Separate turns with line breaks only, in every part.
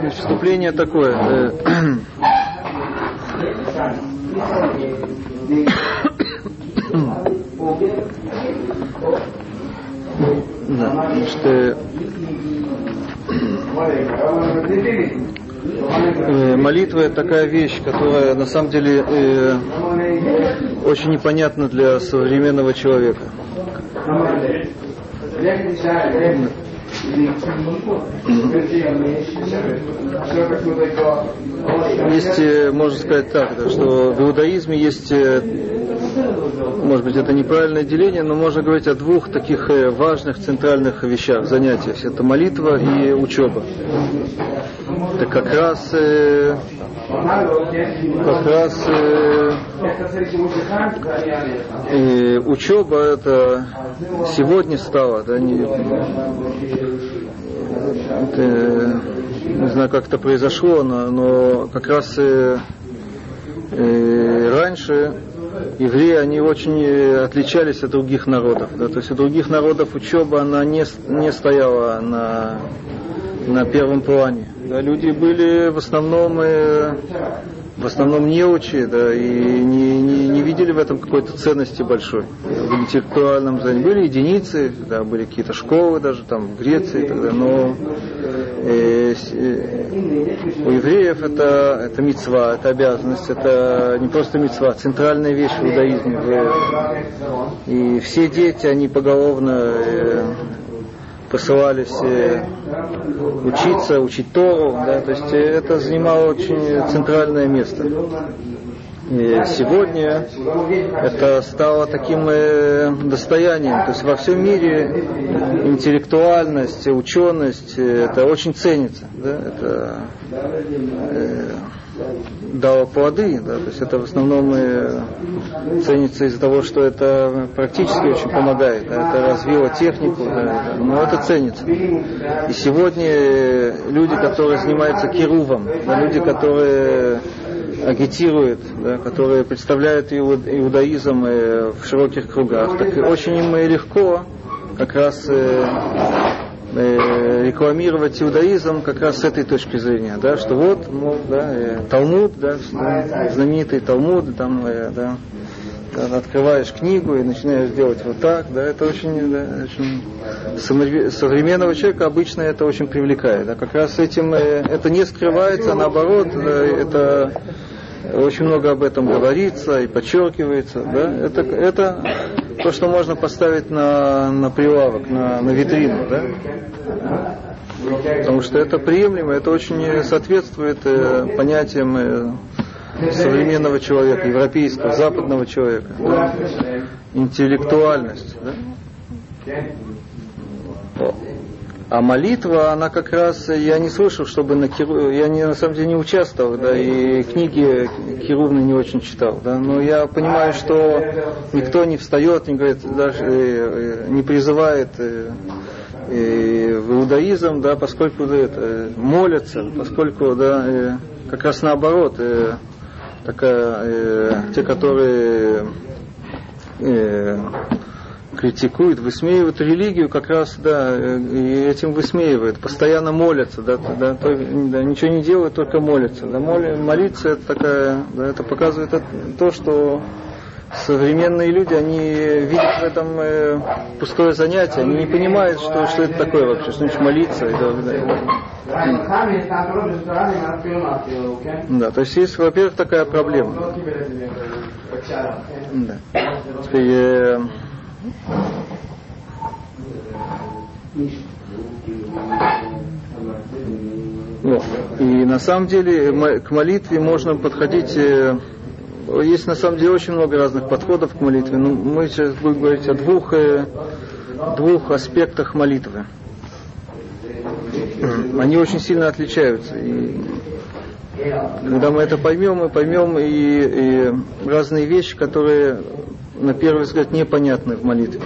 Значит, вступление такое. Значит, молитва — это такая вещь, которая на самом деле очень непонятна для современного человека. Есть, можно сказать так, да, что в иудаизме есть, может быть, это неправильное деление, но можно говорить о двух таких важных центральных вещах, занятиях. Это молитва и учеба. Это как раз учеба это сегодня стало, да, не знаю, как это произошло, но как раз раньше евреи, они очень отличались от других народов. Да, то есть у других народов учеба, она не стояла на первом плане. Да, люди были в основном неучи, да, и не видели в этом какой-то ценности большой. В интеллектуальном занятии были единицы, да, были какие-то школы даже там в Греции и так далее, но у евреев это мицва, это обязанность, это не просто мицва, центральная вещь в иудаизме. И все дети, они поголовно посылались учить Тору, да, то есть это занимало очень центральное место. И сегодня это стало таким достоянием, то есть во всем мире интеллектуальность, ученость, это очень ценится, да, это дало плоды, да, то есть это в основном ценится из-за того, что это практически очень помогает, да, это развило технику, да, но это ценится. И сегодня люди, которые занимаются кирувом, да, люди, которые агитируют, да, которые представляют иудаизм в широких кругах, так очень им легко как раз рекламировать иудаизм как раз с этой точки зрения, да, что вот, да, Талмуд, да, знаменитый Талмуд, там, да, открываешь книгу и начинаешь делать вот так, да, это очень, да, очень современного человека обычно это очень привлекает, да, как раз этим это не скрывается, а наоборот, да, это очень много об этом говорится и подчеркивается, да, это то, что можно поставить на прилавок, на витрину, да, потому что это приемлемо, это очень соответствует понятиям современного человека, европейского, западного человека, да? Интеллектуальность, да? А молитва, она как раз, я не слышал, чтобы я на самом деле не участвовал, да, и книги кирувные не очень читал, да, но я понимаю, что никто не встает, не говорит, даже не призывает в иудаизм, да, поскольку молятся, поскольку, да, как раз наоборот, те, которые критикуют, высмеивают религию, как раз, да, и этим высмеивают, постоянно молятся, да, ничего не делают, только молятся. Да, молиться это такая, да, это показывает то, что современные люди, они видят в этом пустое занятие, они не понимают, что это такое вообще, что значит молиться. Да, то есть, во-первых, такая проблема. Да. Теперь, и на самом деле к молитве можно подходить. Есть на самом деле очень много разных подходов к молитве. Но мы сейчас будем говорить о двух аспектах молитвы. Они очень сильно отличаются. И когда мы это поймем, мы поймем и разные вещи, которые на первый взгляд непонятны в молитве.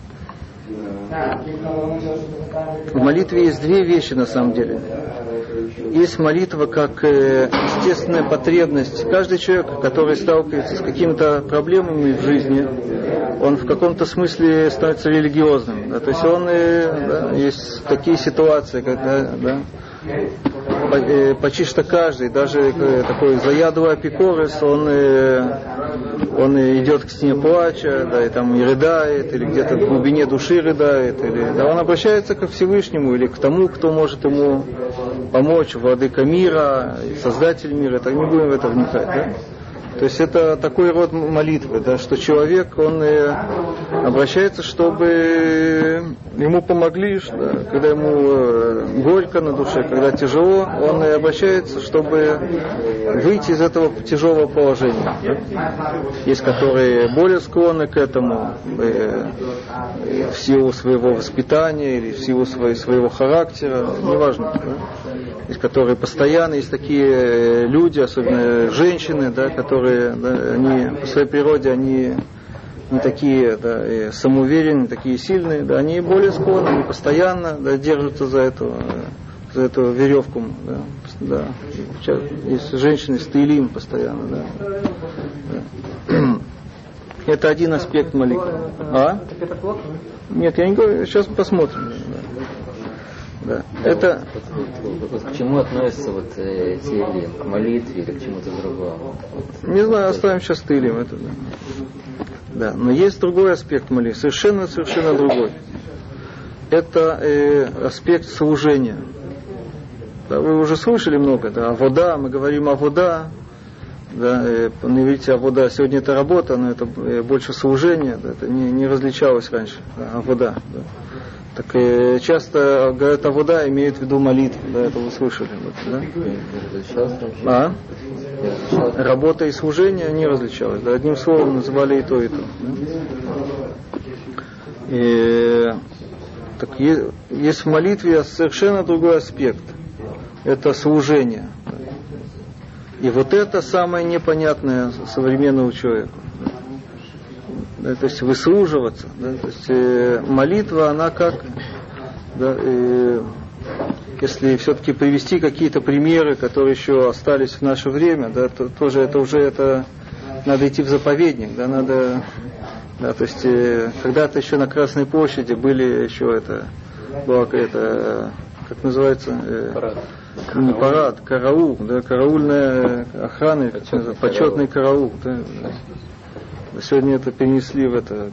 В молитве есть две вещи на самом деле. есть молитва как естественная потребность. Каждый человек, который сталкивается с какими-то проблемами в жизни, он в каком-то смысле становится религиозным. Да? То есть есть такие ситуации, когда почти что каждый, даже такой заядлый апикорис, он идет к стене плача, да, и там и рыдает, или где-то в глубине души рыдает, или он обращается ко Всевышнему, или к тому, кто может ему помочь, владыка мира, создатель мира, так не будем в это вникать, да? То есть это такой род молитвы, да, что человек, он обращается, чтобы ему помогли, когда ему горько на душе, когда тяжело, он обращается, чтобы выйти из этого тяжелого положения. Да. Есть, которые более склонны к этому, в силу своего воспитания или в силу своего характера, неважно. Да. Есть, которые постоянно, есть такие люди, особенно женщины, да, которые, да, они по своей природе, они не такие, да, самоуверенные, такие сильные, да, они более склонны, они постоянно, да, держатся за эту веревку, да, да. Есть женщины с Теилим постоянно, да. Да. Это один аспект молитвы.
Это плохо?
Нет, я не говорю, сейчас посмотрим. Да. Это...
К чему относится Теилим? К молитве или к чему-то другому?
Не знаю, оставим сейчас Теилим. Это, да. Да. Но есть другой аспект молитвы, совершенно другой. Это аспект служения. Да, вы уже слышали много, да, авода, мы говорим авода, да, на иврите авода, сегодня это работа, но это больше служение, да, это не различалось раньше, да, авода. Да. Так часто говорят авода, имеют в виду молитву, да, это вы слышали. Да? Работа и служение не различалось, да, одним словом называли и то, и то. Да. Так есть в молитве совершенно другой аспект. Это служение. И вот это самое непонятное современному человеку. Да, то есть выслуживаться. Да, то есть молитва, она как, да, если все-таки привести какие-то примеры, которые еще остались в наше время, да, то тоже это надо идти в заповедник, да, надо, да, то есть когда-то еще на Красной площади были еще была какая-то, как называется, не парад, караул, да, караульная охрана, почетный караул. Да. Сегодня это перенесли в это.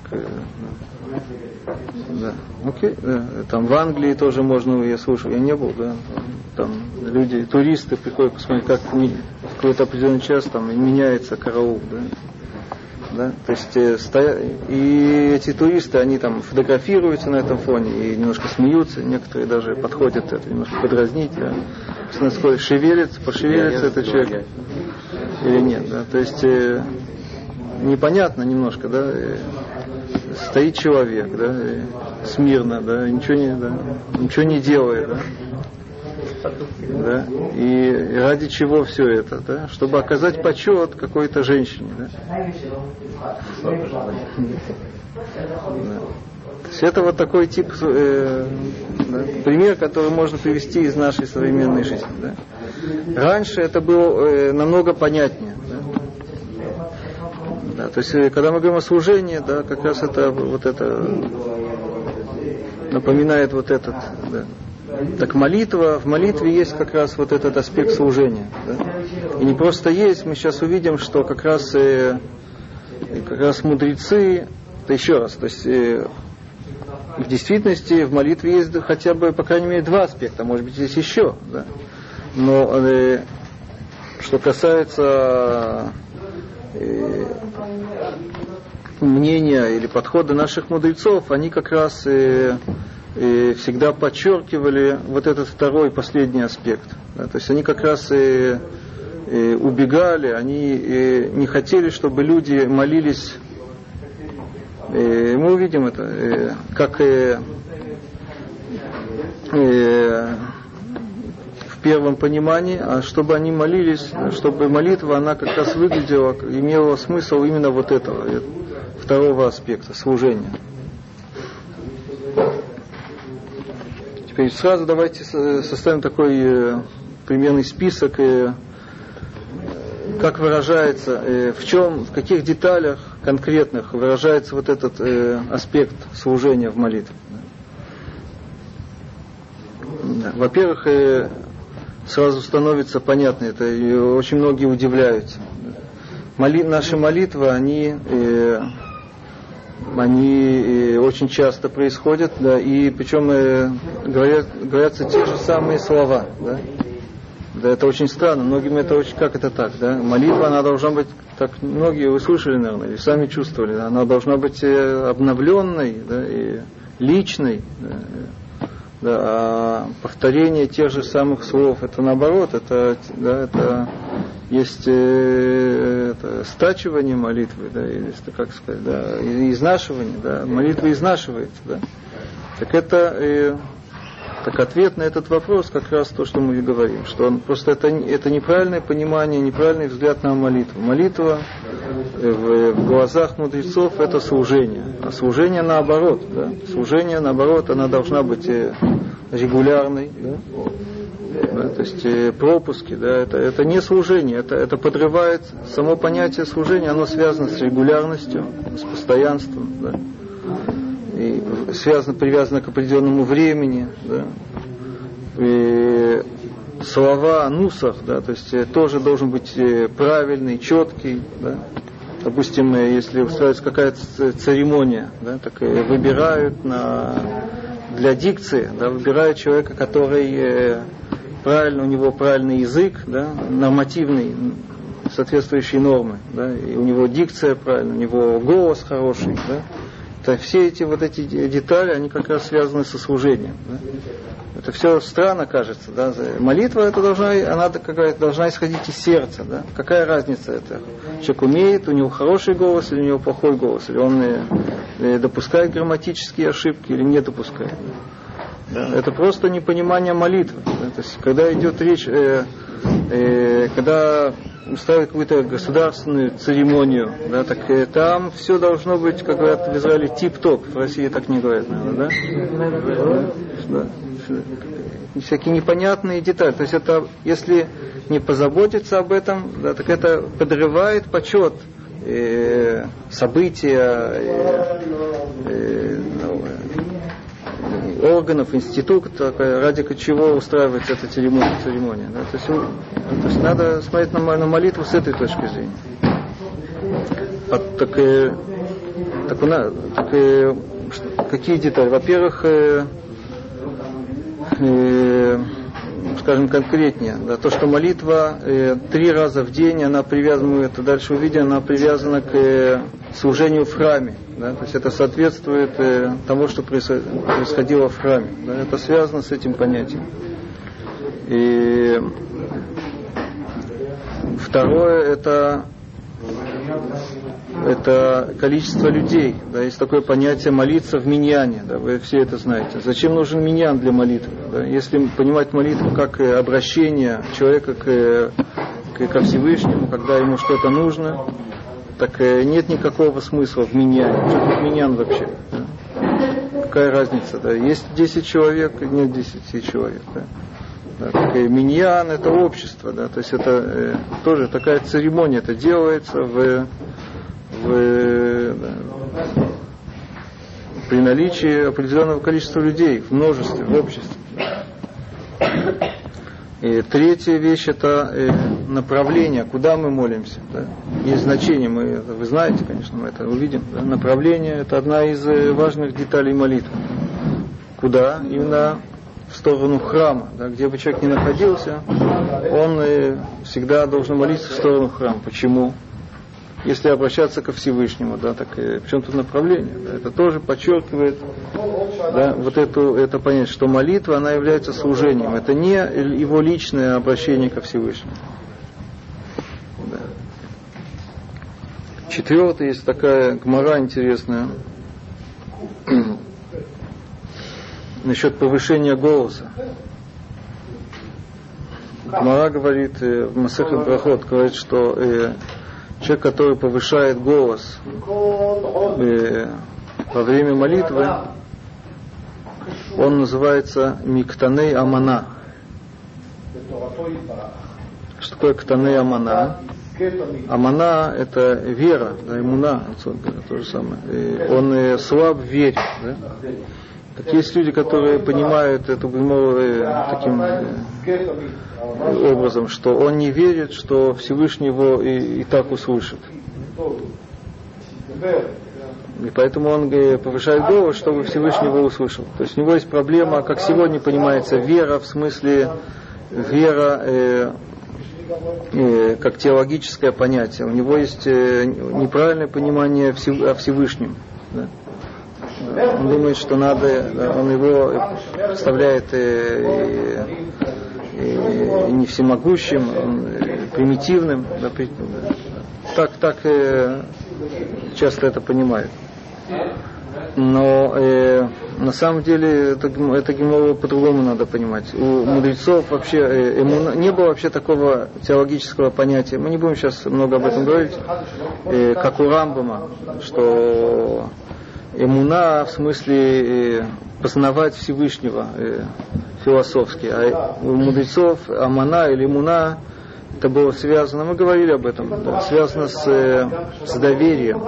Да. Окей, да. Там в Англии тоже можно, я слушал, я не был, да. Там люди, туристы приходят посмотреть, как в какой-то определенный час там меняется караул, да. Да? То есть и эти туристы, они там фотографируются на этом фоне и немножко смеются, некоторые даже подходят это немножко подразнить, да? Насколько пошевелится этот человек или нет, да? То есть непонятно немножко, да, стоит человек, да, смирно, да, ничего не делает, да. Да? И ради чего все это, да? Чтобы оказать почет какой-то женщине, да? Да. То есть это вот такой тип, да, пример, который можно привести из нашей современной жизни, да? Раньше это было намного понятнее, да? Да, то есть когда мы говорим о служении, да, как раз это вот это напоминает вот этот, да. Так в молитве есть как раз вот этот аспект служения. Да? И не просто есть, мы сейчас увидим, что как раз мудрецы, то еще раз, то есть в действительности в молитве есть хотя бы, по крайней мере, два аспекта, может быть, есть еще. Да? Но что касается мнения или подхода наших мудрецов, они как раз и всегда подчеркивали вот этот второй, последний аспект. Да, то есть они как раз убегали, они не хотели, чтобы люди молились. Мы увидим это, как в первом понимании, а чтобы они молились, чтобы молитва, она как раз выглядела, имела смысл именно вот этого, второго аспекта, служения. Теперь сразу давайте составим такой примерный список, как выражается, в каких деталях конкретных выражается вот этот аспект служения в молитве. Во-первых, сразу становится понятно, это и очень многие удивляются. Наши молитвы, они очень часто происходят, да, и причем говорятся те же самые слова, да. Да, это очень странно, многим это очень, как это так, да? Молитва, она должна быть, так многие вы слышали, наверное, или сами чувствовали, да? Она должна быть обновленной, да, и личной, да, а повторение тех же самых слов, это наоборот, это есть это стачивание молитвы, да, или как сказать, да, изнашивание, да, молитва изнашивается, да. Так это так ответ на этот вопрос как раз то, что мы и говорим, что просто это неправильное понимание, неправильный взгляд на молитву. Молитва в глазах мудрецов это служение, а служение наоборот, да? Служение наоборот, она должна быть регулярной, да? Да, то есть пропуски, да, это не служение, это подрывает само понятие служения, оно связано с регулярностью, с постоянством, да? И привязано к определенному времени, да. И слова нусах, да, то есть тоже должен быть правильный, четкий, да. Допустим, если устраивается какая-то церемония, да, так выбирают для дикции, да, выбирают человека, который правильно, у него правильный язык, да, нормативный, соответствующие нормы, да, и у него дикция правильная, у него голос хороший, да. То все эти детали, они как раз связаны со служением. Да? Это все странно кажется. Да? Молитва это должна исходить из сердца. Да? Какая разница это? Человек умеет, у него хороший голос или у него плохой голос, или он допускает грамматические ошибки или не допускает. Да? Это просто непонимание молитвы. Да? То есть, когда идет речь, когда устраивать какую-то государственную церемонию, да, так там все должно быть, как говорят в Израиле, тип-топ. В России так не говорят, наверное, да? Всякие непонятные детали. То есть это, если не позаботиться об этом, да, так это подрывает почет события, органов, институтов, ради чего устраивается эта церемония. Да? То есть надо смотреть на молитву с этой точки зрения. Какие детали? Во-первых, скажем конкретнее, да, то, что молитва 3 раза в день, она привязана, мы это дальше увидим, она привязана к служению в храме. Да, то есть это соответствует тому, что происходило в храме. Да, это связано с этим понятием. И второе это количество людей. Да, есть такое понятие молиться в миньяне. Да, вы все это знаете. Зачем нужен миньян для молитвы? Да, если понимать молитву как обращение человека ко Всевышнему, когда ему что-то нужно, так нет никакого смысла в миньяне. Что тут миньян вообще? Да? Какая разница? Да? Есть 10 человек, нет 10 человек. Да? Да, так, миньян это общество, да? То есть это тоже такая церемония, это делается при наличии определенного количества людей, в множестве, в обществе. И третья вещь это направление, куда мы молимся. Да? Есть значение, вы знаете, конечно, мы это увидим. Да? Направление это одна из важных деталей молитвы. Куда? Именно в сторону храма. Да? Где бы человек ни находился, он всегда должен молиться в сторону храма. Почему? Если обращаться ко Всевышнему, да, так в чем тут направление? Да? Это тоже подчеркивает, да, вот это понятие, что молитва, она является служением. Это не его личное обращение ко Всевышнему. Да. Четвертое, есть такая гмара интересная насчет повышения голоса. Гмара говорит, в Масехет Брахот говорит, что человек, который повышает голос во время молитвы, он называется Миктаней Амана. Что такое ктане амана? Амана — это вера, да, иммуна, то же самое. И он слаб в вере. Да? Так есть люди, которые понимают эту гемору таким образом, что он не верит, что Всевышний его и так услышит. И поэтому он повышает голос, чтобы Всевышний его услышал. То есть у него есть проблема, как сегодня понимается, вера, в смысле вера как теологическое понятие. У него есть неправильное понимание о Всевышнем. Да? Он думает, что надо, он его представляет не всемогущим, примитивным. Да, так часто это понимает. Но на самом деле это геморрой по-другому надо понимать. У мудрецов вообще не было вообще такого теологического понятия. Мы не будем сейчас много об этом говорить, как у Рамбама, что эмуна в смысле познавать Всевышнего философски, а у мудрецов амана или эмуна это было связано, мы говорили об этом, да, связано с доверием.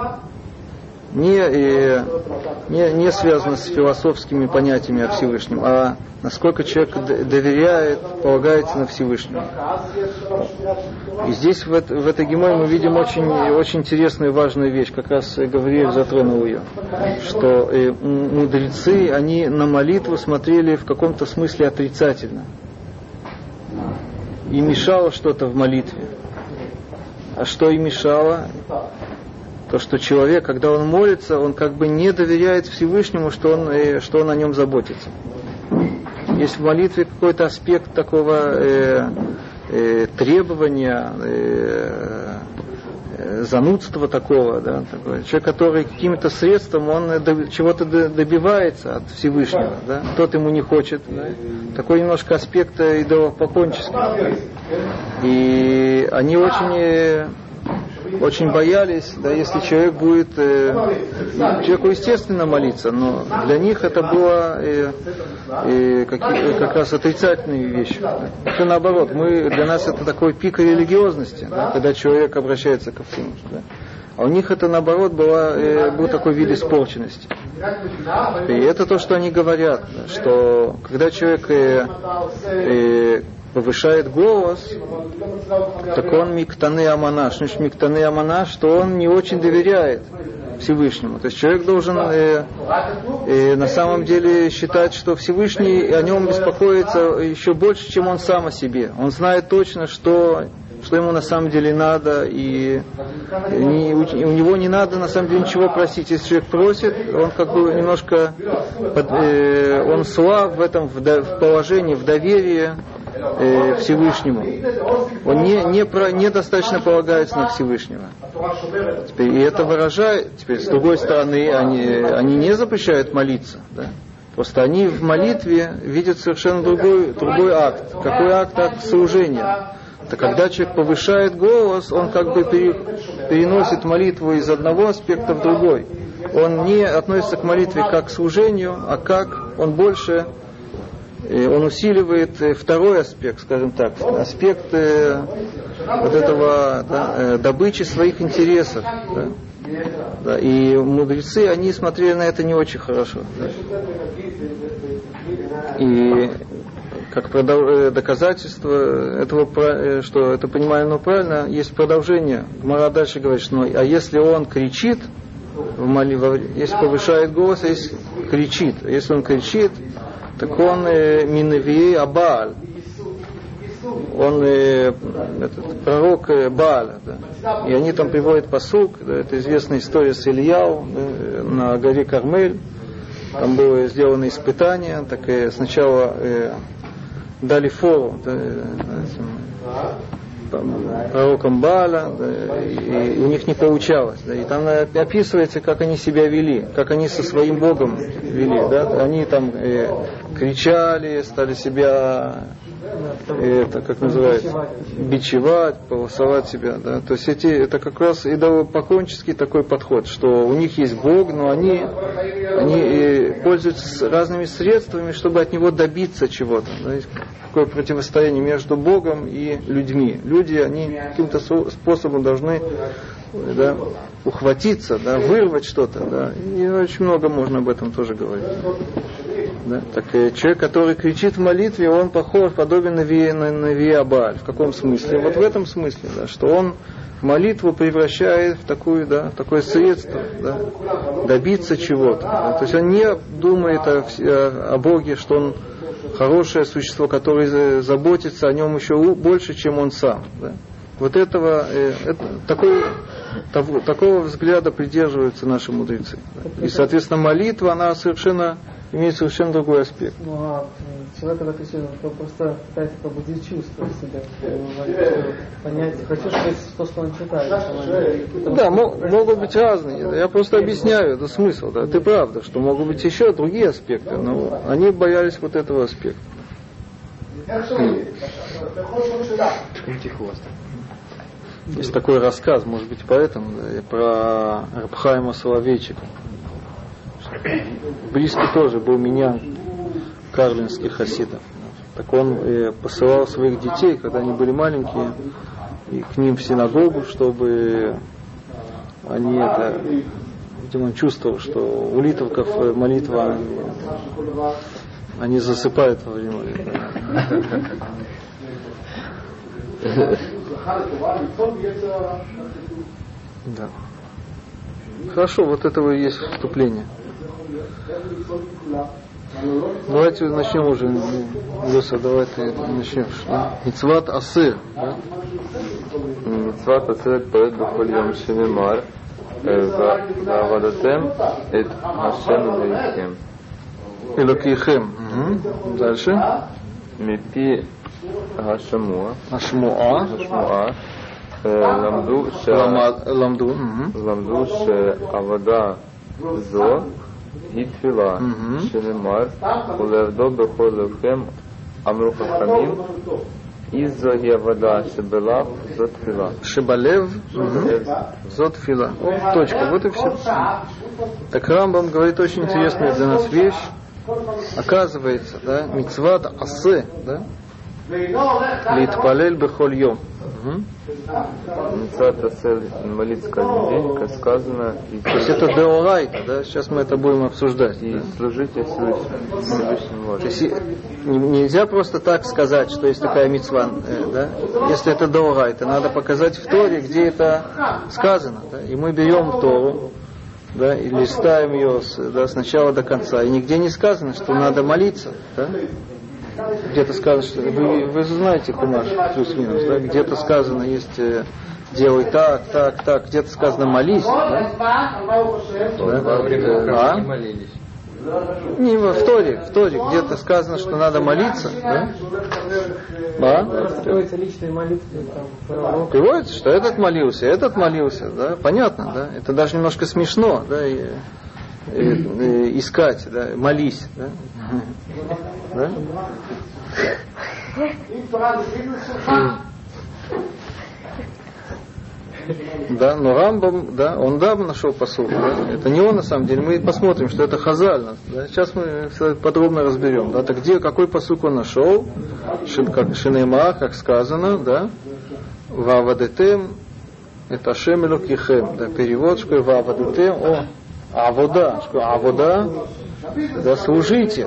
Не связано с философскими понятиями о Всевышнем, а насколько человек доверяет, полагается на Всевышнего. И здесь в этой геморе мы видим очень интересную и важную вещь, как раз Гавриэль затронул ее, что мудрецы, они на молитву смотрели в каком-то смысле отрицательно. И мешало что-то в молитве. А что и мешало? То, что человек, когда он молится, он как бы не доверяет Всевышнему, что он о нем заботится. Есть в молитве какой-то аспект такого требования, занудства такого, да, такой. Человек, который каким-то средством, он чего-то добивается от Всевышнего, да, тот ему не хочет, да. Такой немножко аспект идолопоклонческий. И они очень боялись, да, если человек будет человеку естественно молиться, но для них это было как раз отрицательные вещи. Да. Это наоборот, для нас это такой пик религиозности, да, когда человек обращается ко всему. Да. А у них это наоборот был такой вид испорченности. И это то, что они говорят, да, что когда человек повышает голос, так он миктане амана. Что значит миктане амана? Что он не очень доверяет Всевышнему. То есть человек должен на самом деле считать, что Всевышний о нем беспокоится еще больше, чем он сам о себе. Он знает точно, что ему на самом деле надо, и у него не надо на самом деле ничего просить. Если человек просит, он как бы немножко он слаб в этом в положении, в доверии Всевышнему. Он недостаточно полагается на Всевышнего. И это выражает, теперь с другой стороны, они не запрещают молиться, да? Просто они в молитве видят совершенно другой акт. Какой акт? Акт служения. Это когда человек повышает голос, он как бы переносит молитву из одного аспекта в другой. Он не относится к молитве как к служению, а как он больше, он усиливает второй аспект, скажем так, аспект вот этого, да, добычи своих интересов. Да. Да, и мудрецы, они смотрели на это не очень хорошо. Да. И как доказательство этого, что это понимаемо правильно, есть продолжение. Гмара дальше говорит, что а если он кричит, если повышает голос, а если кричит, если он кричит, так он минавией Абааль. Он пророк Бааля. Да. И они там приводят пасук, да, это известная история с Ильяу, да, на горе Кармель. Там было сделано испытание, так сначала дали фору пророкам Бааля, да, и у них не получалось. Да, и там описывается, как они себя вели, как они со своим Богом вели. Да, они там кричали, стали себя, как называется, бичевать, полосовать себя. Да. То есть это как раз идолопоклонческий такой подход, что у них есть Бог, но они пользуется разными средствами, чтобы от него добиться чего-то. Да, есть такое противостояние между Богом и людьми. Люди, они каким-то способом должны, да, ухватиться, да, вырвать что-то. Да, и очень много можно об этом тоже говорить. Да. Так человек, который кричит в молитве, он подобен Навия Бааль. В каком смысле? Вот в этом смысле, да, что он молитву превращает в такое средство, да, добиться чего-то. Да. То есть он не думает о Боге, что он хорошее существо, которое заботится о нем еще больше, чем он сам. Да. Вот такого взгляда придерживаются наши мудрецы. Да. И, соответственно, молитва, она имеет совершенно другой аспект.
Ну, а человек, когда кричит, он просто пытается пробудить чувства в себе, понять, хочу сказать то, что он читает.
Да, могут быть разные. Я просто объясняю, это смысл. Да. Ты прав, что могут быть еще другие аспекты, но они боялись вот этого аспекта. Есть такой рассказ, может быть, поэтому, да, про Раб Хаима Соловейчика. Близкий тоже был миньян карлинских хасидов. Так он посылал своих детей, когда они были маленькие, и к ним в синагогу, чтобы они видимо, он чувствовал, что у литовков молитва, они засыпают во время молитвы. Да. Хорошо, вот этого и есть вступление. Давайте начнем уже. Леша, давай ты начнешь. Мицват Асыр.
Мицват Асыр поэт бехоль йом шенемар вавадатем эт Хашем
Элокейхем. Дальше.
Мипи Хашамуа למדו שעבודה זו היא תפילה שנאמר ולעבדו בכל לבכם אמרו חכמים זוהי עבודה שבלב זו תפילה.
Шебалев зо тфила. Точка. Вот и все. Так Рамбам говорит очень интересную для нас вещь. Оказывается, да, мицват асе, да, литпалель бехоль йом.
Мицват асе молиться каждый день, как сказано.
То есть это деорайта, да, сейчас мы это будем обсуждать.
И служить Всевышнему.
То есть нельзя просто так сказать, что есть такая мицва, да, если это деорайта, надо показать в Торе, где это сказано, да, и мы берем Тору, да, и листаем ее с начала до конца. И нигде не сказано, что надо молиться. Да? Где-то сказано, что вы знаете Хумаш, плюс-минус, да? Где-то сказано, есть делай так, где-то сказано молись. Да?
Да? Не молились.
Не в Торе, где-то сказано, что надо молиться. Да?
Приводится личные молитвы.
Приводится, что этот молился, да? Понятно, да? Это даже немножко смешно, да? Искать, да? Молись, да? Да? Да, но Рамбам, да, он нашел посуд. Да? Это не он на самом деле. Мы посмотрим, что это Хазаль. Да? Сейчас мы все подробно разберем. Да? Так какой посуд он нашел? Шинейма, как сказано, да? Вавадетем, это Ашем Элокейхем. Да? Перевод, что Вавадетем, Авода, да, служите,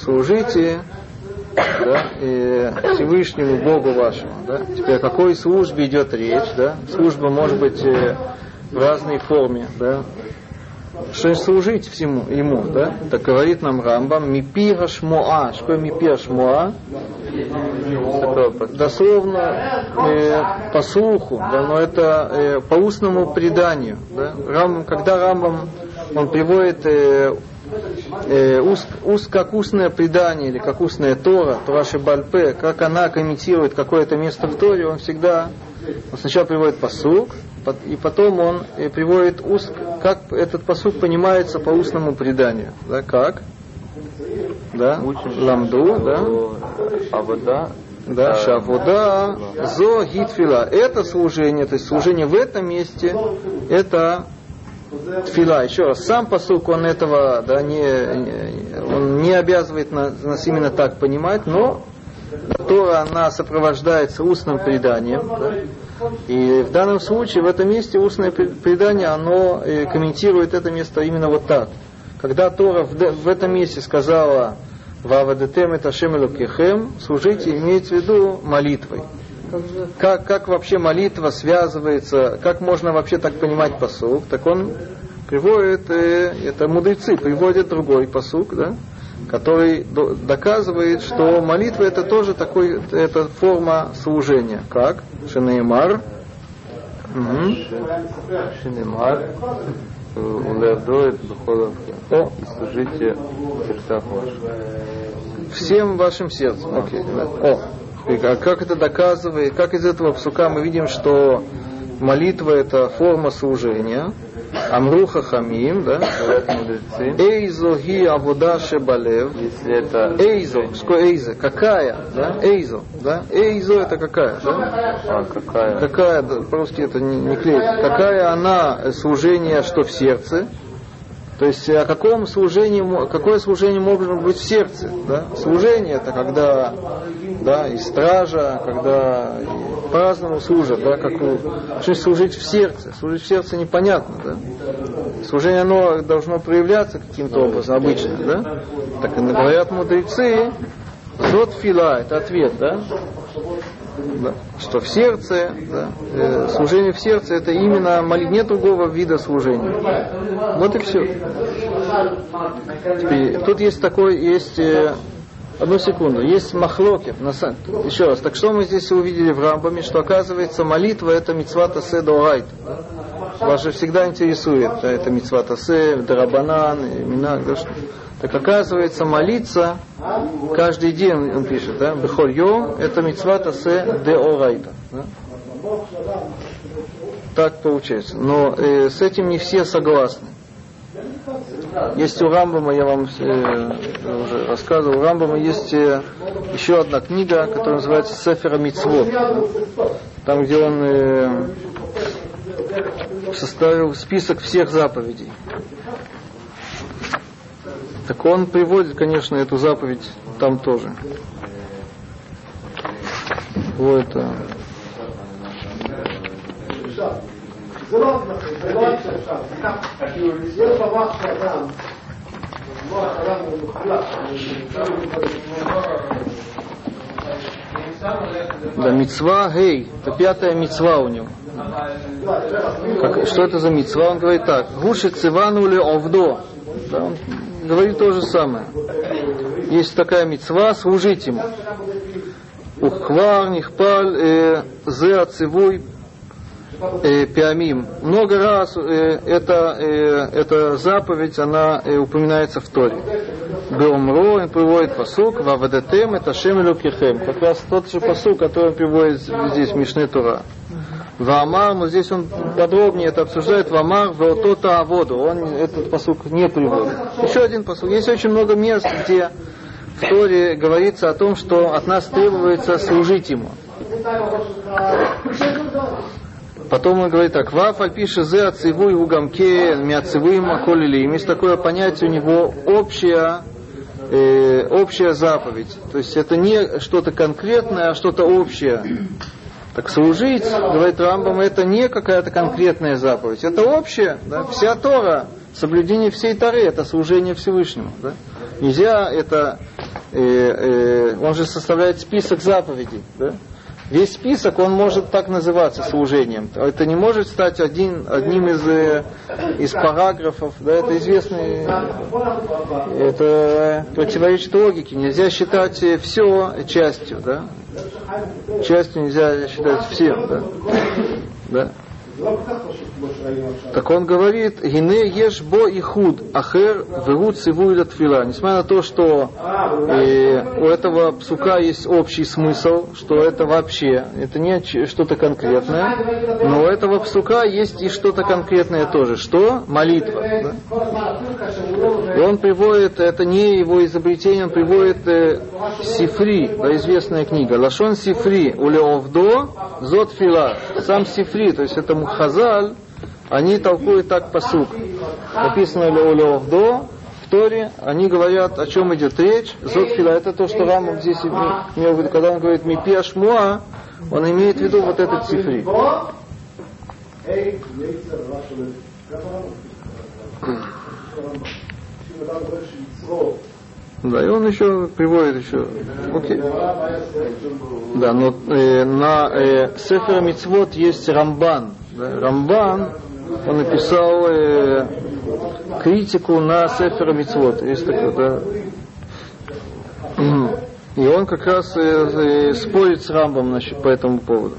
да, Всевышнему Богу вашему. Да? Теперь о какой службе идет речь? Да? Служба может быть в разной форме. Да? Что служить всему ему, да? Так говорит нам Рамбам, мипира шмоа. Что мипира шмоа? Дословно по слуху, да, но это по устному преданию. Да? Когда Рамбам он приводит как устное предание или как устная Тора, Тора Шебаль-Пе, как она комментирует какое-то место в Торе, он сначала приводит пасук, и потом он приводит как этот пасук понимается по устному преданию. Да, как? Да? Ламду, да?
Авода.
Да, шавода, зо гитфила. Это служение, то есть служение в этом месте, это тфила. Еще раз, сам пасук, он этого, да, он не обязывает нас именно так понимать, но Тора, она сопровождается устным преданием. Да? И в данном случае, в этом месте устное предание, оно комментирует это место именно вот так. Когда Тора в этом месте сказала «Вавадетем это Ашем Элокехем», служите, имеется в виду молитвой. Как вообще молитва связывается, как можно вообще так понимать пасук, так он приводит, это мудрецы приводят другой пасук, да, который доказывает, что молитва это тоже это форма служения. Как? Шенеймар.
Шенеймар. Улеавдоет бхолавхи. И служите в сердцах ваших.
Всем вашим сердцем. Окей. А как это доказывает? Как из этого псука мы видим, что молитва это форма служения? Амруха хамим, да? Эйзо ги авода шебалев.
Если это
эйзо, что эйзо? Какая? Да? Эйзо, да? Эйзо это какая? Да?
Какая?
Какая? Да, по-русски это не клеится. Какая она служение, что в сердце? То есть о каком служении, какое служение может быть в сердце? Да? Служение это когда, да, и стража, когда и по-разному служат, да, что служить в сердце. Служить в сердце непонятно, да? Служение оно должно проявляться каким-то образом обычно, да? Так говорят мудрецы, зот фила, это ответ, да? Да, что в сердце, да, служение в сердце это именно молитва, нет другого вида служения. Вот и все. Теперь, тут есть одну секунду, есть махлокет. Еще раз, так что мы здесь увидели в Рамбаме, что оказывается молитва это мицват асе доорайта. Вас же всегда интересует, да, это мицват асе, дарабанан, минак, да, что. Так оказывается, молиться каждый день, он пишет, да, бехоль йом, это мицват асе деорайта. Да? Так получается. Но с этим не все согласны. Есть у Рамбама, я вам уже рассказывал, у Рамбама есть еще одна книга, которая называется Сефер Мицвот. Там, где он составил список всех заповедей. Так он приводит, конечно, эту заповедь там тоже. Вот это. Да, мицва гей, это 5-я мицва у него. Что это за мицва? Он говорит так: гуши циванули овдо. Да, он говорит то же самое. Есть такая мицва, служить ему. Ухвар, нихпаль, зе ацивуй, пиамим. Много раз эта заповедь, она упоминается в Торе. Беомро, он приводит пасук, вавадетем, это Ашем Элокехем. Как раз тот же пасук, который он приводит здесь в Мишне Тора. Ваамар, но здесь он подробнее это обсуждает. Ваамар, веотота аводу. Он этот пасук не приводит. Еще один пасук. Есть очень много мест, где в Торе говорится о том, что от нас требуется служить ему. Потом он говорит так: «Ваф альпиша зе ацивуй угамке мяцивуим аколилим». Есть такое понятие у него общая заповедь. То есть это не что-то конкретное, а что-то общее. Так служить, говорит Рамбам, это не какая-то конкретная заповедь. Это общее, да? Вся Тора, соблюдение всей Торы, это служение Всевышнему. Да? Нельзя это... он же составляет список заповедей. Да? Весь список, он может так называться служением. Это не может стать одним из параграфов. Да, это известный, это противоречит логике. Нельзя считать все частью. Да? Частью нельзя считать всем. Да? Да? Так он говорит: «Гине еш бо и худ, ахер вегу цивуй латфила». Несмотря на то, что у этого псука есть общий смысл, что это вообще, это не что-то конкретное, но у этого псука есть и что-то конкретное тоже. Что? Молитва. Да? И он приводит, это не его изобретение, он приводит Сифри, да, известная книга. Лашон Сифри, улеовдо, зот фила. Сам Сифри, то есть это Хазаль, они толкуют так пасук. Написано «Леовдо», в Торе, они говорят, о чем идет речь. Зотфила, это то, что Рамбам здесь имел в виду, когда он говорит «Мипи Ашмуа», он имеет в виду вот этот цифри. Да, и он еще приводит еще. Окей. Да, но на Сефер Мицвот есть Рамбан. Да, Рамбан, он написал критику на Сефер Мицвот. Есть такой, да. И он как раз спорит с Рамбом по этому поводу.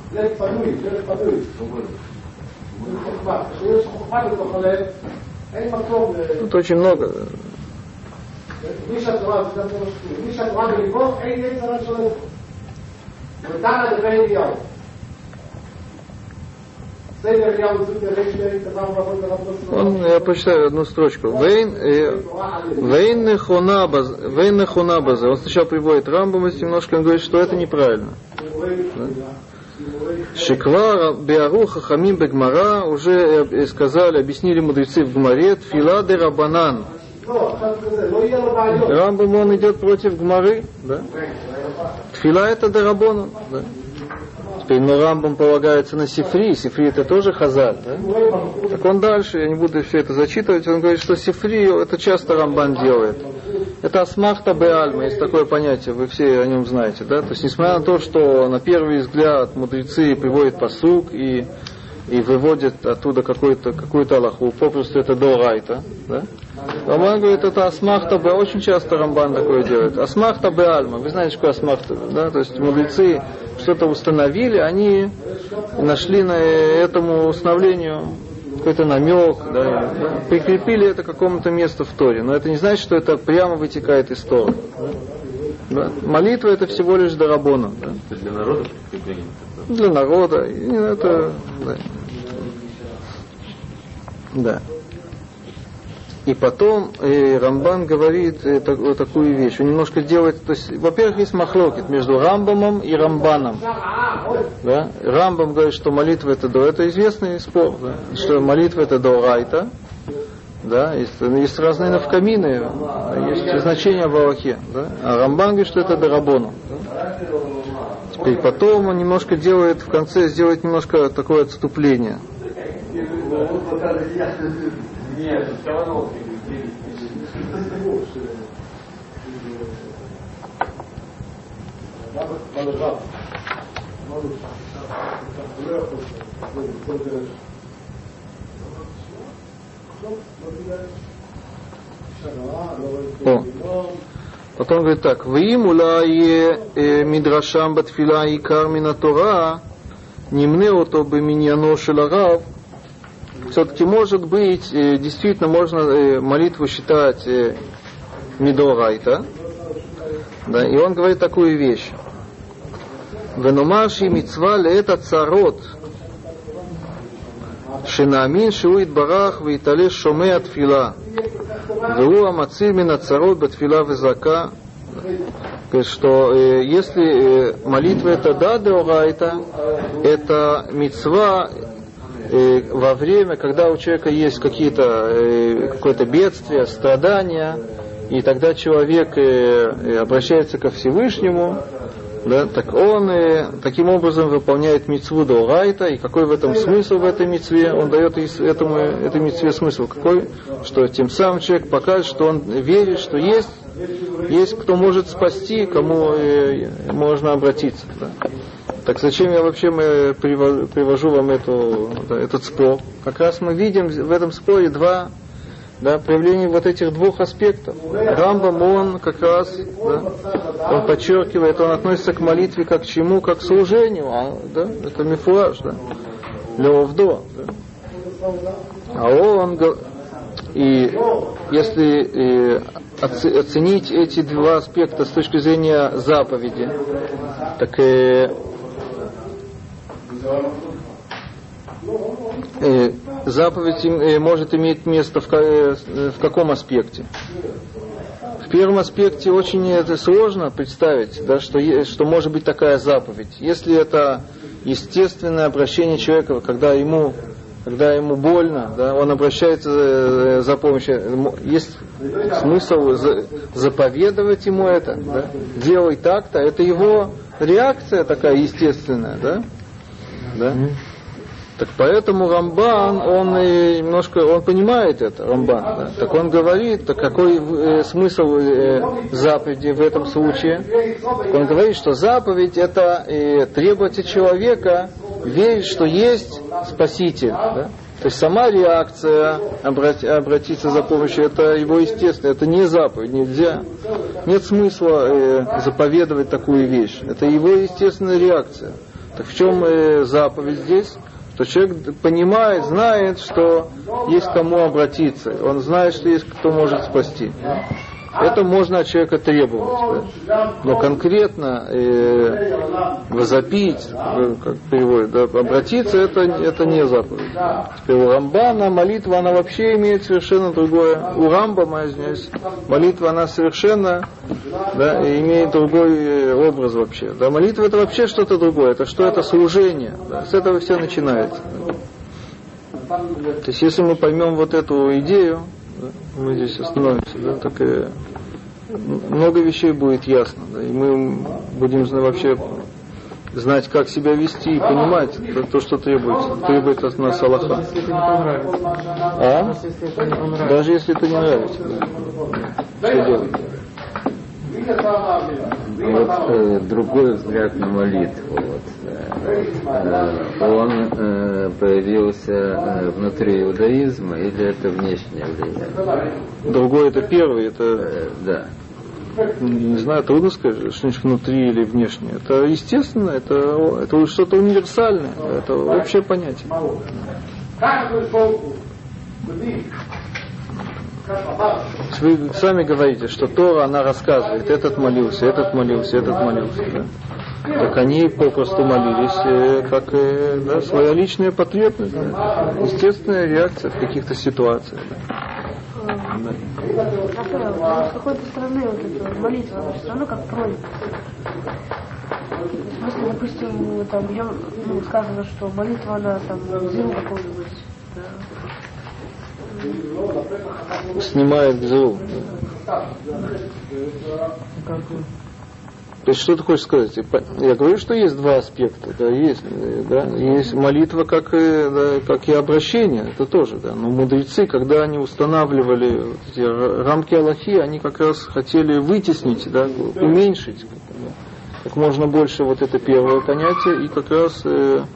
Тут очень много. Я почитаю одну строчку. Вейн нехонабазе. Он сначала приводит Рамбам, немножко он говорит, что это неправильно. Шиквар Беаруха Хамим Бегмара уже сказали, объяснили мудрецы в Гмаре, Тфила де Рабанан. Рамбам, он идет против Гмары, да? Тфила это де Рабанан, да? Теперь, но Рамбам полагается на Сифри. Сифри это тоже Хазаль, да? Так он дальше, я не буду все это зачитывать, он говорит, что Сифри это часто Рамбан делает. Это асмахта беальма, есть такое понятие, вы все о нем знаете, да? То есть, несмотря на то, что на первый взгляд мудрецы приводят пасук и выводят оттуда какую-то алаху, попросту это дорайта, да? Рамбан говорит, это асмахта бе, очень часто Рамбан такое делает. Асмахта беальма, вы знаете, что асмахта, да? То есть, мудрецы что-то установили, они нашли на этому установлению какой-то намек, да, прикрепили это к какому-то месту в Торе, но это не значит, что это прямо вытекает из Торы. Да? Молитва это всего лишь дарабона. Да?
Для народа?
Для народа. Это, да. И потом Рамбан говорит такую вещь. Он немножко делает, то есть, во-первых, есть махлокет между Рамбамом и Рамбаном. Да? Рамбам говорит, что молитва это известный спор, да? Что молитва это дорайта. Да? Есть разные навкамины, есть значения в Аллахе. Да? А Рамбан говорит, что это дарабону. Да? Теперь потом он немножко делает, в конце сделает немножко такое отступление. Потом говорит так: «Ваим улай мидрашам батфила икар мина Тора, нимне ото беминьяно шел арав». Все-таки, может быть, действительно можно молитву считать мидорайта. Да? И он говорит такую вещь. «Веномаши мицва леэта царот, шинамин шиуит барах витале шоме атфила, веу амацир мина царот батфила везака». Что если молитва это да деорайта, это мицва во время, когда у человека есть какое-то бедствие, страдания, и тогда человек обращается ко Всевышнему, да, так он таким образом выполняет мицву деорайта. И какой в этом смысл, в этой мицве? Он дает этой мицве смысл какой? Что тем самым человек покажет, что он верит, что есть кто может спасти, кому можно обратиться. Да. Так зачем я вообще привожу вам этот спор? Как раз мы видим в этом споре два проявления вот этих двух аспектов. Рамбам, он как раз, он подчеркивает, он относится к молитве как к чему? Как к служению. Да? Это мифураж, да? Леовдо. Да? А он, и если оценить эти два аспекта с точки зрения заповеди, так заповедь может иметь место в каком аспекте? В первом аспекте очень это сложно представить, да, что может быть такая заповедь. Если это естественное обращение человека, когда ему когда ему больно, да, он обращается за помощью. Есть смысл заповедовать ему это, да, делай так-то, это его реакция такая естественная, да? Да? Так поэтому Рамбан, он понимает это, Рамбан, да? Так он говорит, так какой смысл заповеди в этом случае? Так он говорит, что заповедь это требует от человека верить, что есть Спаситель, да? То есть сама реакция обратиться за помощью, это его естественно, это не заповедь, нельзя. Нет смысла заповедовать такую вещь. Это его естественная реакция. Так в чем заповедь здесь? Что человек понимает, знает, что есть к кому обратиться. Он знает, что есть кто может спасти. Это можно от человека требовать. Да? Но конкретно возопить, как переводят, да, обратиться, это не заповедь. Теперь у Рамбана молитва, она вообще имеет совершенно другое. У Рамбама, извиняюсь, молитва, она совершенно, да, имеет другой образ вообще. Да? Молитва это вообще что-то другое. Это что? Это служение. Да? С этого все начинается. Да? То есть если мы поймем вот эту идею, мы здесь остановимся, да, так и много вещей будет ясно, да, и мы будем вообще знать, как себя вести и понимать то, что требует от нас Аллаха. Даже если это не нравится. Да. Что делать?
Вот другой взгляд на молитву. Он появился внутри иудаизма или это внешнее влияние?
Другой это первый, это
да.
Не знаю, трудно сказать, что-нибудь внутри или внешнее. Это естественно, это что-то универсальное, это общее понятие. Вы сами говорите, что Тора, она рассказывает, этот молился, этот молился, этот молился. Да? Так они попросту молились, как да, своя личная потребность, да? Естественная реакция в каких-то ситуациях. Да?
С какой-то стороны вот эта молитва, она все равно как просьба. Если, допустим, там берем, сказано, что молитва, она там зеру какого-нибудь, да,
снимает гзеру. То есть что ты хочешь сказать? Я говорю, что есть два аспекта. Да, есть молитва, как и обращение, это тоже. Да. Но мудрецы, когда они устанавливали вот эти рамки Аллахи, они как раз хотели вытеснить, да, уменьшить как можно больше вот это первое понятие, и как раз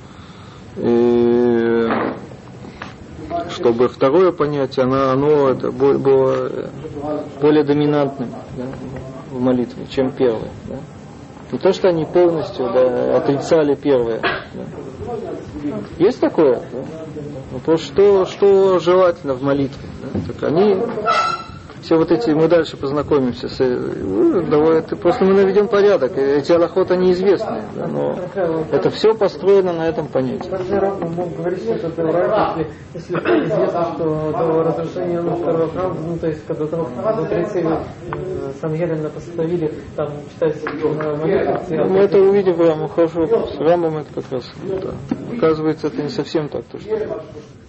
чтобы второе понятие, оно это было более доминантным, да, в молитве, чем первое. Да. Не то, что они полностью, да, отрицали первое. Да. Есть такое? Да? Но то, что желательно в молитве. Да? Так они, все вот эти, мы дальше познакомимся просто мы наведем порядок. Эти алахот, они известные, да, но это все построено на этом понятии.
Даже Раб мог говорить, что это Тора, если известно, что до разрушения второго храма, то есть когда мудрецы Сангелина постановили там читать молитвы.
Мы это увидим в Раму, хорошо, с Рамом это как раз, да. Оказывается, это не совсем так, то что